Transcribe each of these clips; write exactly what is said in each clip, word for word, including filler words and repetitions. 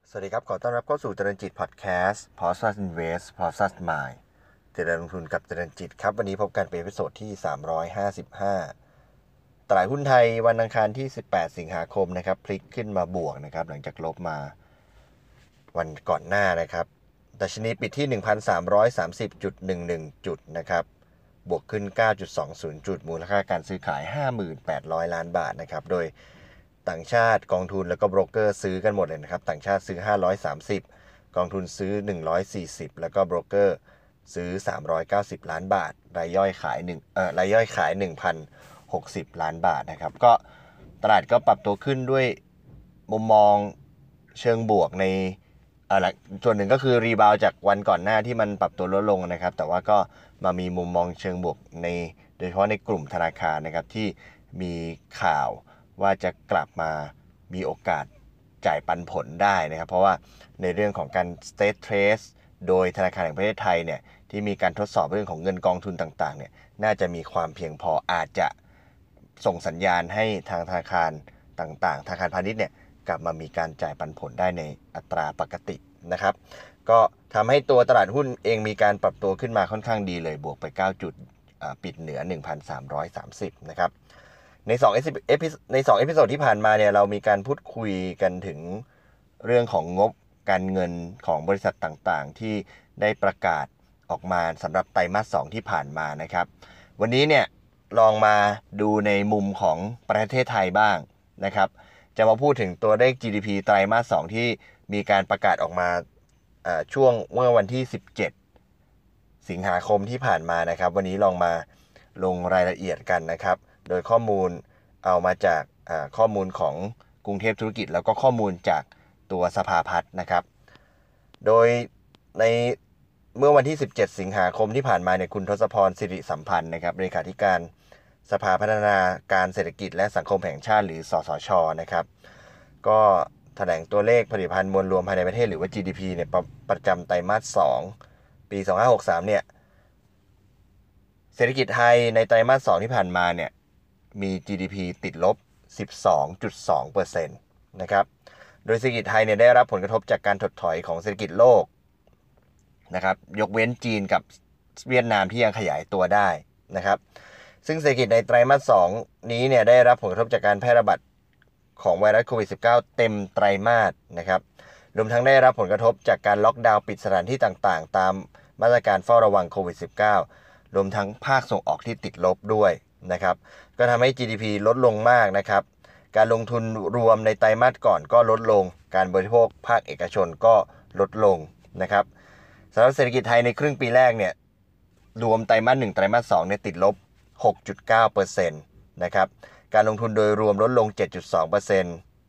สวัสดีครับขอต้อนรับเข้าสู่เจริญจิตพอดแคสต์ Podcast Invest Podcast Mind เจริญลงทุนกับเจริญจิตครับวันนี้พบกันเป็นเอพิโซดที่สามร้อยห้าสิบห้าตลาดหุ้นไทยวันอังคารที่สิบแปดสิงหาคมนะครับพลิกขึ้นมาบวกนะครับหลังจากลบมาวันก่อนหน้านะครับดัชนีปิดที่ หนึ่งพันสามร้อยสามสิบจุดหนึ่งหนึ่ง จุดนะครับบวกขึ้น เก้าจุดสองศูนย์ จุดมูลค่าการซื้อขาย ห้าพันแปดร้อย ล้านบาทนะครับโดยต่างชาติกองทุนแล้วก็โบรกเกอร์ซื้อกันหมดเลยนะครับต่างชาติซื้อห้าร้อยสามสิบกองทุนซื้อหนึ่งร้อยสี่สิบแล้วก็โบรกเกอร์ซื้อสามร้อยเก้าสิบล้านบาทรายย่อยขาย1เอ่อรายย่อยขาย หนึ่งพันหกสิบ ล้านบาทนะครับก็ตลาดก็ปรับตัวขึ้นด้วยมุมมองเชิงบวกในอ่าส่วนหนึ่งก็คือรีบาวจากวันก่อนหน้าที่มันปรับตัวลดลงนะครับแต่ว่าก็มามีมุมมองเชิงบวกในโดยเฉพาะในกลุ่มธนาคารนะครับที่มีข่าวว่าจะกลับมามีโอกาสจ่ายปันผลได้นะครับเพราะว่าในเรื่องของการ State Trace โดยธนาคารแห่งประเทศไทยเนี่ยที่มีการทดสอบเรื่องของเงินกองทุนต่างๆเนี่ยน่าจะมีความเพียงพออาจจะส่งสัญญาณให้ทางธนาคารต่างๆธนาคารพาณิชย์เนี่ยกลับมามีการจ่ายปันผลได้ในอัตราปกตินะครับก็ทำให้ตัวตลาดหุ้นเองมีการปรับตัวขึ้นมาค่อนข้างดีเลยบวกไปเก้าจุดปิดเหนือ หนึ่งพันสามร้อยสามสิบ นะครับใน2เอพิใน2เอพิโซดที่ผ่านมาเนี่ยเรามีการพูดคุยกันถึงเรื่องของงบการเงินของบริษัทต่างๆที่ได้ประกาศออกมาสำหรับไตรมาสสองที่ผ่านมานะครับวันนี้เนี่ยลองมาดูในมุมของประเทศไทยบ้างนะครับจะมาพูดถึงตัวเลข จี ดี พี ไตรมาสสองที่มีการประกาศออกมาช่วงเมื่อวันที่สิบเจ็ดสิงหาคมที่ผ่านมานะครับวันนี้ลองมาลงรายละเอียดกันนะครับโดยข้อมูลเอามาจากข้อมูลของกรุงเทพธุรกิจแล้วก็ข้อมูลจากตัวสภาพัฒน์นะครับโดยในเมื่อวันที่สิบเจ็ดสิงหาคมที่ผ่านมาเนี่ยคุณทศพรสิริสัมพันธ์นะครับเลขาธิการสภาพัฒนาการเศรษฐกิจและสังคมแห่งชาติหรือสสช.นะครับก็แถลงตัวเลขผลิตภัณฑ์มวลรวมภายในประเทศหรือว่า จี ดี พี เนี่ยประประจำไตรมาสสองปีสองพันห้าร้อยหกสิบสามเนี่ยเศรษฐกิจไทยในไตรมาสสองที่ผ่านมาเนี่ยมี จี ดี พี ติดลบ สิบสองจุดสองเปอร์เซ็นต์ นะครับโดยเศรษฐกิจไทยเนี่ยได้รับผลกระทบจากการถดถอยของเศรษฐกิจโลกนะครับยกเว้นจีนกับเวียดนามที่ยังขยายตัวได้นะครับซึ่งเศรษฐกิจในไตรมาสสองนี้เนี่ยได้รับผลกระทบจากการแพร่ระบาดของไวรัสโควิด สิบเก้า เต็มไตรมาสนะครับรวมทั้งได้รับผลกระทบจากการล็อกดาวน์ปิดสถานที่ต่างๆตามมาตรการเฝ้าระวังโควิด สิบเก้า รวมทั้งภาคส่งออกที่ติดลบด้วยนะครับก็ทำให้ จี ดี พี ลดลงมากนะครับการลงทุนรวมในไตรมาสก่อนก็ลดลงการบริโภคภาคเอกชนก็ลดลงนะครับสำหรับเศรษฐกิจไทยในครึ่งปีแรกเนี่ยรวมไตรมาสหนึ่งไตรมาสสองเนี่ยติดลบ หกจุดเก้าเปอร์เซ็นต์ นะครับการลงทุนโดยรวมลดลง เจ็ดจุดสองเปอร์เซ็นต์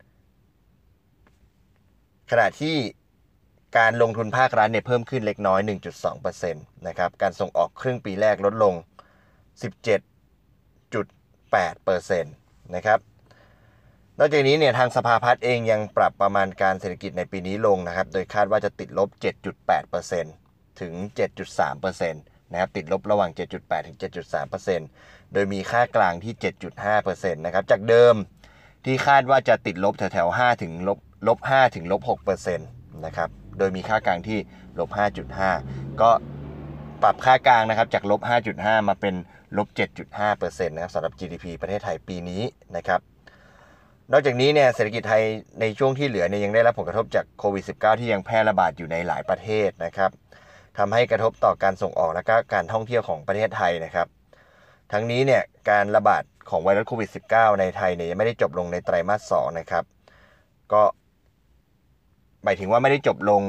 ขณะที่การลงทุนภาครัฐเนี่ยเพิ่มขึ้นเล็กน้อย หนึ่งจุดสองเปอร์เซ็นต์ นะครับการส่งออกครึ่งปีแรกลดลง สิบเจ็ดจุดแปดเปอร์เซ็นต์ นะครับนอกจากนี้เนี่ยทางสภาพัฒน์เองยังปรับประมาณการเศรษฐกิจในปีนี้ลงนะครับโดยคาดว่าจะติดลบ เจ็ดจุดแปดเปอร์เซ็นต์ ถึง เจ็ดจุดสามเปอร์เซ็นต์ นะครับติดลบระหว่าง เจ็ดจุดแปด ถึง เจ็ดจุดสามเปอร์เซ็นต์ โดยมีค่ากลางที่ เจ็ดจุดห้าเปอร์เซ็นต์ นะครับจากเดิมที่คาดว่าจะติดลบแถวๆห้าถึงลบลบห้าถึงลบหกเปอร์เซ็นต์ นะครับโดยมีค่ากลางที่ลบ ห้าจุดห้า ก็ปรับค่ากลางนะครับจากลบ ห้าจุดห้า มาเป็นลบ เจ็ดจุดห้าเปอร์เซ็นต์ นะครับสำหรับ จี ดี พี ประเทศไทยปีนี้นะครับนอกจากนี้เนี่ยเศรษฐกิจไทยในช่วงที่เหลือเนี่ยยังได้รับผลกระทบจากโควิด สิบเก้า ที่ยังแพร่ระบาดอยู่ในหลายประเทศนะครับทำให้กระทบต่อการส่งออกและก็การท่องเที่ยวของประเทศไทยนะครับทั้งนี้เนี่ยการระบาดของไวรัสโควิด สิบเก้า ในไทยเนี่ยยังไม่ได้จบลงในไตรมาสสองนะครับก็หมายถึงว่าไม่ได้จบลง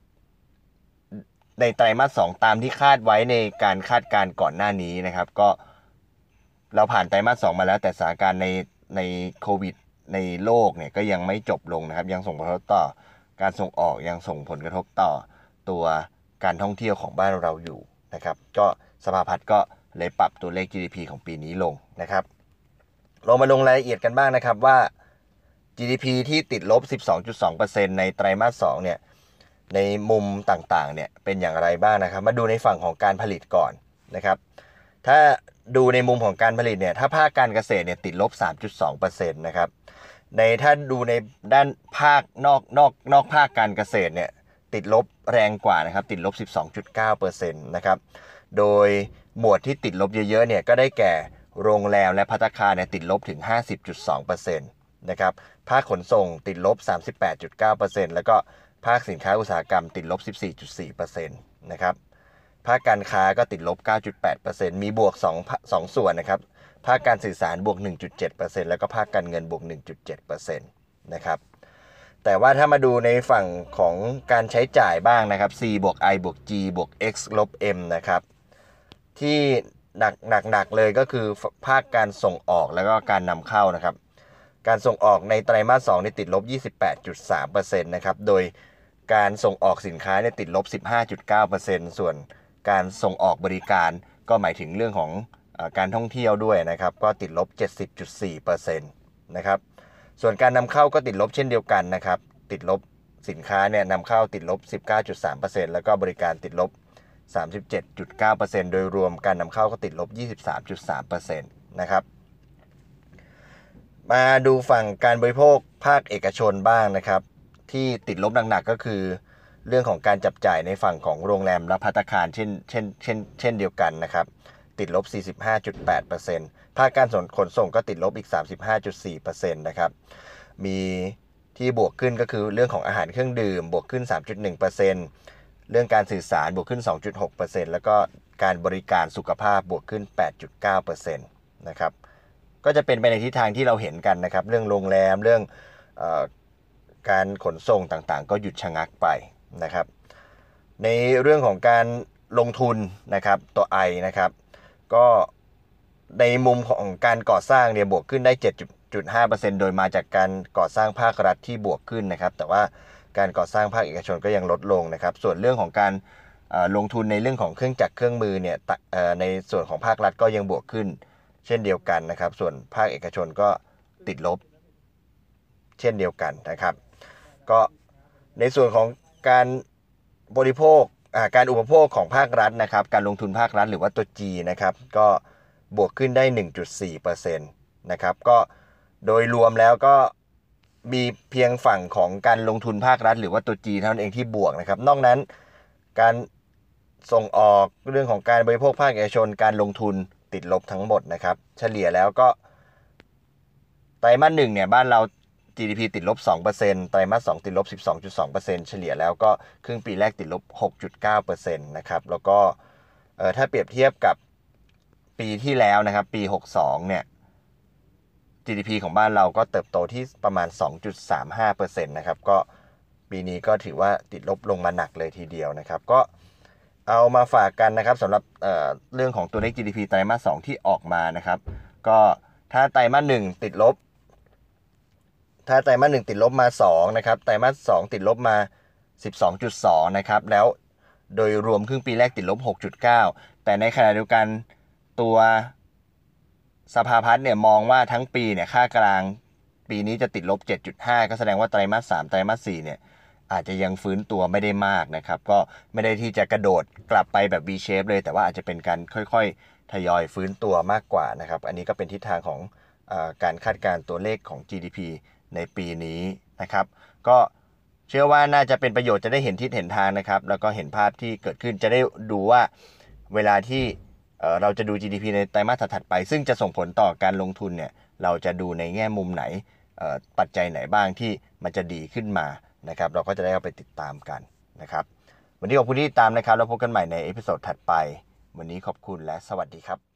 ในไตรมาสสองตามที่คาดไว้ในการคาดการณ์ก่อนหน้านี้นะครับก็เราผ่านไตรมาสสองมาแล้วแต่สถานการณ์ในในโควิดในโลกเนี่ยก็ยังไม่จบลงนะครับยังส่งผลกระทบต่อการส่งออกยังส่งผลกระทบต่อตัวการท่องเที่ยวของบ้านเราอยู่นะครับก็สภาพัฒน์ก็เลยปรับตัวเลข จี ดี พี ของปีนี้ลงนะครับเรามาลงรายละเอียดกันบ้างนะครับว่า จี ดี พี ที่ติดลบ สิบสองจุดสองเปอร์เซ็นต์ ในไตรมาสสองเนี่ยในมุมต่างๆเนี่ยเป็นอย่างไรบ้างนะครับมาดูในฝั่งของการผลิตก่อนนะครับถ้าดูในมุมของการผลิตเนี่ยถ้าภาคการเกษตรเนี่ยติดลบ สามจุดสองเปอร์เซ็นต์ นะครับในถ้าดูในด้านภาคนอกนอกนอกภาคการเกษตรเนี่ยติดลบแรงกว่านะครับติดลบ สิบสองจุดเก้าเปอร์เซ็นต์ นะครับโดยหมวดที่ติดลบเยอะๆเนี่ยก็ได้แก่โรงแรมและภัตตาคารเนี่ยติดลบถึง ห้าสิบจุดสองเปอร์เซ็นต์ นะครับภาคขนส่งติดลบ สามสิบแปดจุดเก้าเปอร์เซ็นต์ แล้วก็ภาคสินค้าอุตสาหกรรมติดลบ สิบสี่จุดสี่เปอร์เซ็นต์ นะครับภาคการค้าก็ติดลบ เก้าจุดแปดเปอร์เซ็นต์ มีบวก2 2ส่วนนะครับภาคการสื่อสารบวก หนึ่งจุดเจ็ดเปอร์เซ็นต์ แล้วก็ภาคการเงินบวก หนึ่งจุดเจ็ดเปอร์เซ็นต์ นะครับแต่ว่าถ้ามาดูในฝั่งของการใช้จ่ายบ้างนะครับ C บวก I บวก G บวก X ลบ M นะครับที่หนักหนักหนักเลยก็คือภาคการส่งออกแล้วก็การนำเข้านะครับการส่งออกในไตรมาสสองนี่ติดลบ ยี่สิบแปดจุดสามเปอร์เซ็นต์ นะครับโดยการส่งออกสินค้าเนี่ยติดลบ สิบห้าจุดเก้าเปอร์เซ็นต์ ส่วนการส่งออกบริการก็หมายถึงเรื่องของการท่องเที่ยวด้วยนะครับก็ติดลบ เจ็ดสิบจุดสี่เปอร์เซ็นต์ นะครับส่วนการนำเข้าก็ติดลบเช่นเดียวกันนะครับติดลบสินค้าเนี่ยนำเข้าติดลบ สิบเก้าจุดสามเปอร์เซ็นต์ แล้วก็บริการติดลบ สามสิบเจ็ดจุดเก้าเปอร์เซ็นต์ โดยรวมการนำเข้าก็ติดลบ ยี่สิบสามจุดสามเปอร์เซ็นต์ นะครับมาดูฝั่งการบริโภคภาคเอกชนบ้างนะครับที่ติดลบหนักๆก็คือเรื่องของการจับจ่ายในฝั่งของโรงแรมและภัตตาคารเช่นเช่นเช่นเช่นเดียวกันนะครับติดลบ สี่สิบห้าจุดแปดเปอร์เซ็นต์ ภาคการขนส่งก็ติดลบอีก สามสิบห้าจุดสี่เปอร์เซ็นต์ นะครับมีที่บวกขึ้นก็คือเรื่องของอาหารเครื่องดื่มบวกขึ้น สามจุดหนึ่งเปอร์เซ็นต์ เรื่องการสื่อสารบวกขึ้น สองจุดหกเปอร์เซ็นต์ แล้วก็การบริการสุขภาพบวกขึ้น แปดจุดเก้าเปอร์เซ็นต์ นะครับก็จะเป็นไปในทิศทางที่เราเห็นกันนะครับเรื่องโรงแรมเรื่องเอ่อการขนส่งต่างๆก็หยุดชะงักไปนะครับในเรื่องของการลงทุนนะครับตัว I นะครับก็ในมุมของการก่อสร้างเนี่ยบวกขึ้นได้ เจ็ดจุดห้าเปอร์เซ็นต์ โดยมาจากการก่อสร้างภาครัฐที่บวกขึ้นนะครับแต่ว่าการก่อสร้างภาคเอกชนก็ยังลดลงนะครับส่วนเรื่องของการลงทุนในเรื่องของเครื่องจักรเครื่องมือเนี่ยในส่วนของภาครัฐก็ยังบวกขึ้นเช่นเดียวกันนะครับส่วนภาคเอกชนก็ติดลบเช่นเดียวกันนะครับก็ในส่วนของการบริโภคการอุปโภคของภาครัฐนะครับการลงทุนภาครัฐหรือว่าตัว G นะครับก็บวกขึ้นได้ หนึ่งจุดสี่เปอร์เซ็นต์ นะครับก็โดยรวมแล้วก็มีเพียงฝั่งของการลงทุนภาครัฐหรือว่าตัว G เท่านั้นเองที่บวกนะครับนอกนั้นการส่งออกเรื่องของการบริโภคภาคเอกชนการลงทุนติดลบทั้งหมดนะครับเฉลี่ยแล้วก็ไตรมาสหนึ่งเนี่ยบ้านเรา จี ดี พี ติดลบ สองเปอร์เซ็นต์ ไตรมาสสองติดลบ สิบสองจุดสองเปอร์เซ็นต์ เฉลี่ยแล้วก็ครึ่งปีแรกติดลบ หกจุดเก้าเปอร์เซ็นต์ นะครับแล้วก็เอ่อถ้าเปรียบเทียบกับปีที่แล้วนะครับปีหกสิบสองเนี่ย จี ดี พี ของบ้านเราก็เติบโตที่ประมาณ สองจุดสามห้าเปอร์เซ็นต์ นะครับก็ปีนี้ก็ถือว่าติดลบลงมาหนักเลยทีเดียวนะครับก็เอามาฝากกันนะครับสำหรับเอ่อเรื่องของตัวเลข จี ดี พี ไตรมาสสองที่ออกมานะครับก็ถ้าไตรมาสหนึ่งติดลบถ้าไตรมาสหนึ่งติดลบมาสองนะครับไตรมาสสองติดลบมา สิบสองจุดสอง นะครับแล้วโดยรวมครึ่งปีแรกติดลบ หกจุดเก้า แต่ในขณะเดียวกันตัวสภาพัฒน์เนี่ยมองว่าทั้งปีเนี่ยค่ากลางปีนี้จะติดลบ เจ็ดจุดห้า ก็แสดงว่าไตรมาสสามไตรมาสสี่เนี่ยอาจจะยังฟื้นตัวไม่ได้มากนะครับก็ไม่ได้ที่จะกระโดดกลับไปแบบ V shape เลยแต่ว่าอาจจะเป็นการค่อยๆทยอยฟื้นตัวมากกว่านะครับอันนี้ก็เป็นทิศทางของเอ่อการคาดการณ์ตัวเลขของ จี ดี พี ในปีนี้นะครับก็เชื่อว่าน่าจะเป็นประโยชน์จะได้เห็นทิศเห็นทางนะครับแล้วก็เห็นภาพที่เกิดขึ้นจะได้ดูว่าเวลาที่เราจะดู จี ดี พี ในไตรมาสถัดไปซึ่งจะส่งผลต่อการลงทุนเนี่ยเราจะดูในแง่มุมไหนปัจจัยไหนบ้างที่มันจะดีขึ้นมานะครับเราก็จะได้เอาไปติดตามกันนะครับวันนี้ขอบคุณที่ติดตามนะครับแล้วพบกันใหม่ในเอพิโซดถัดไปวันนี้ขอบคุณและสวัสดีครับ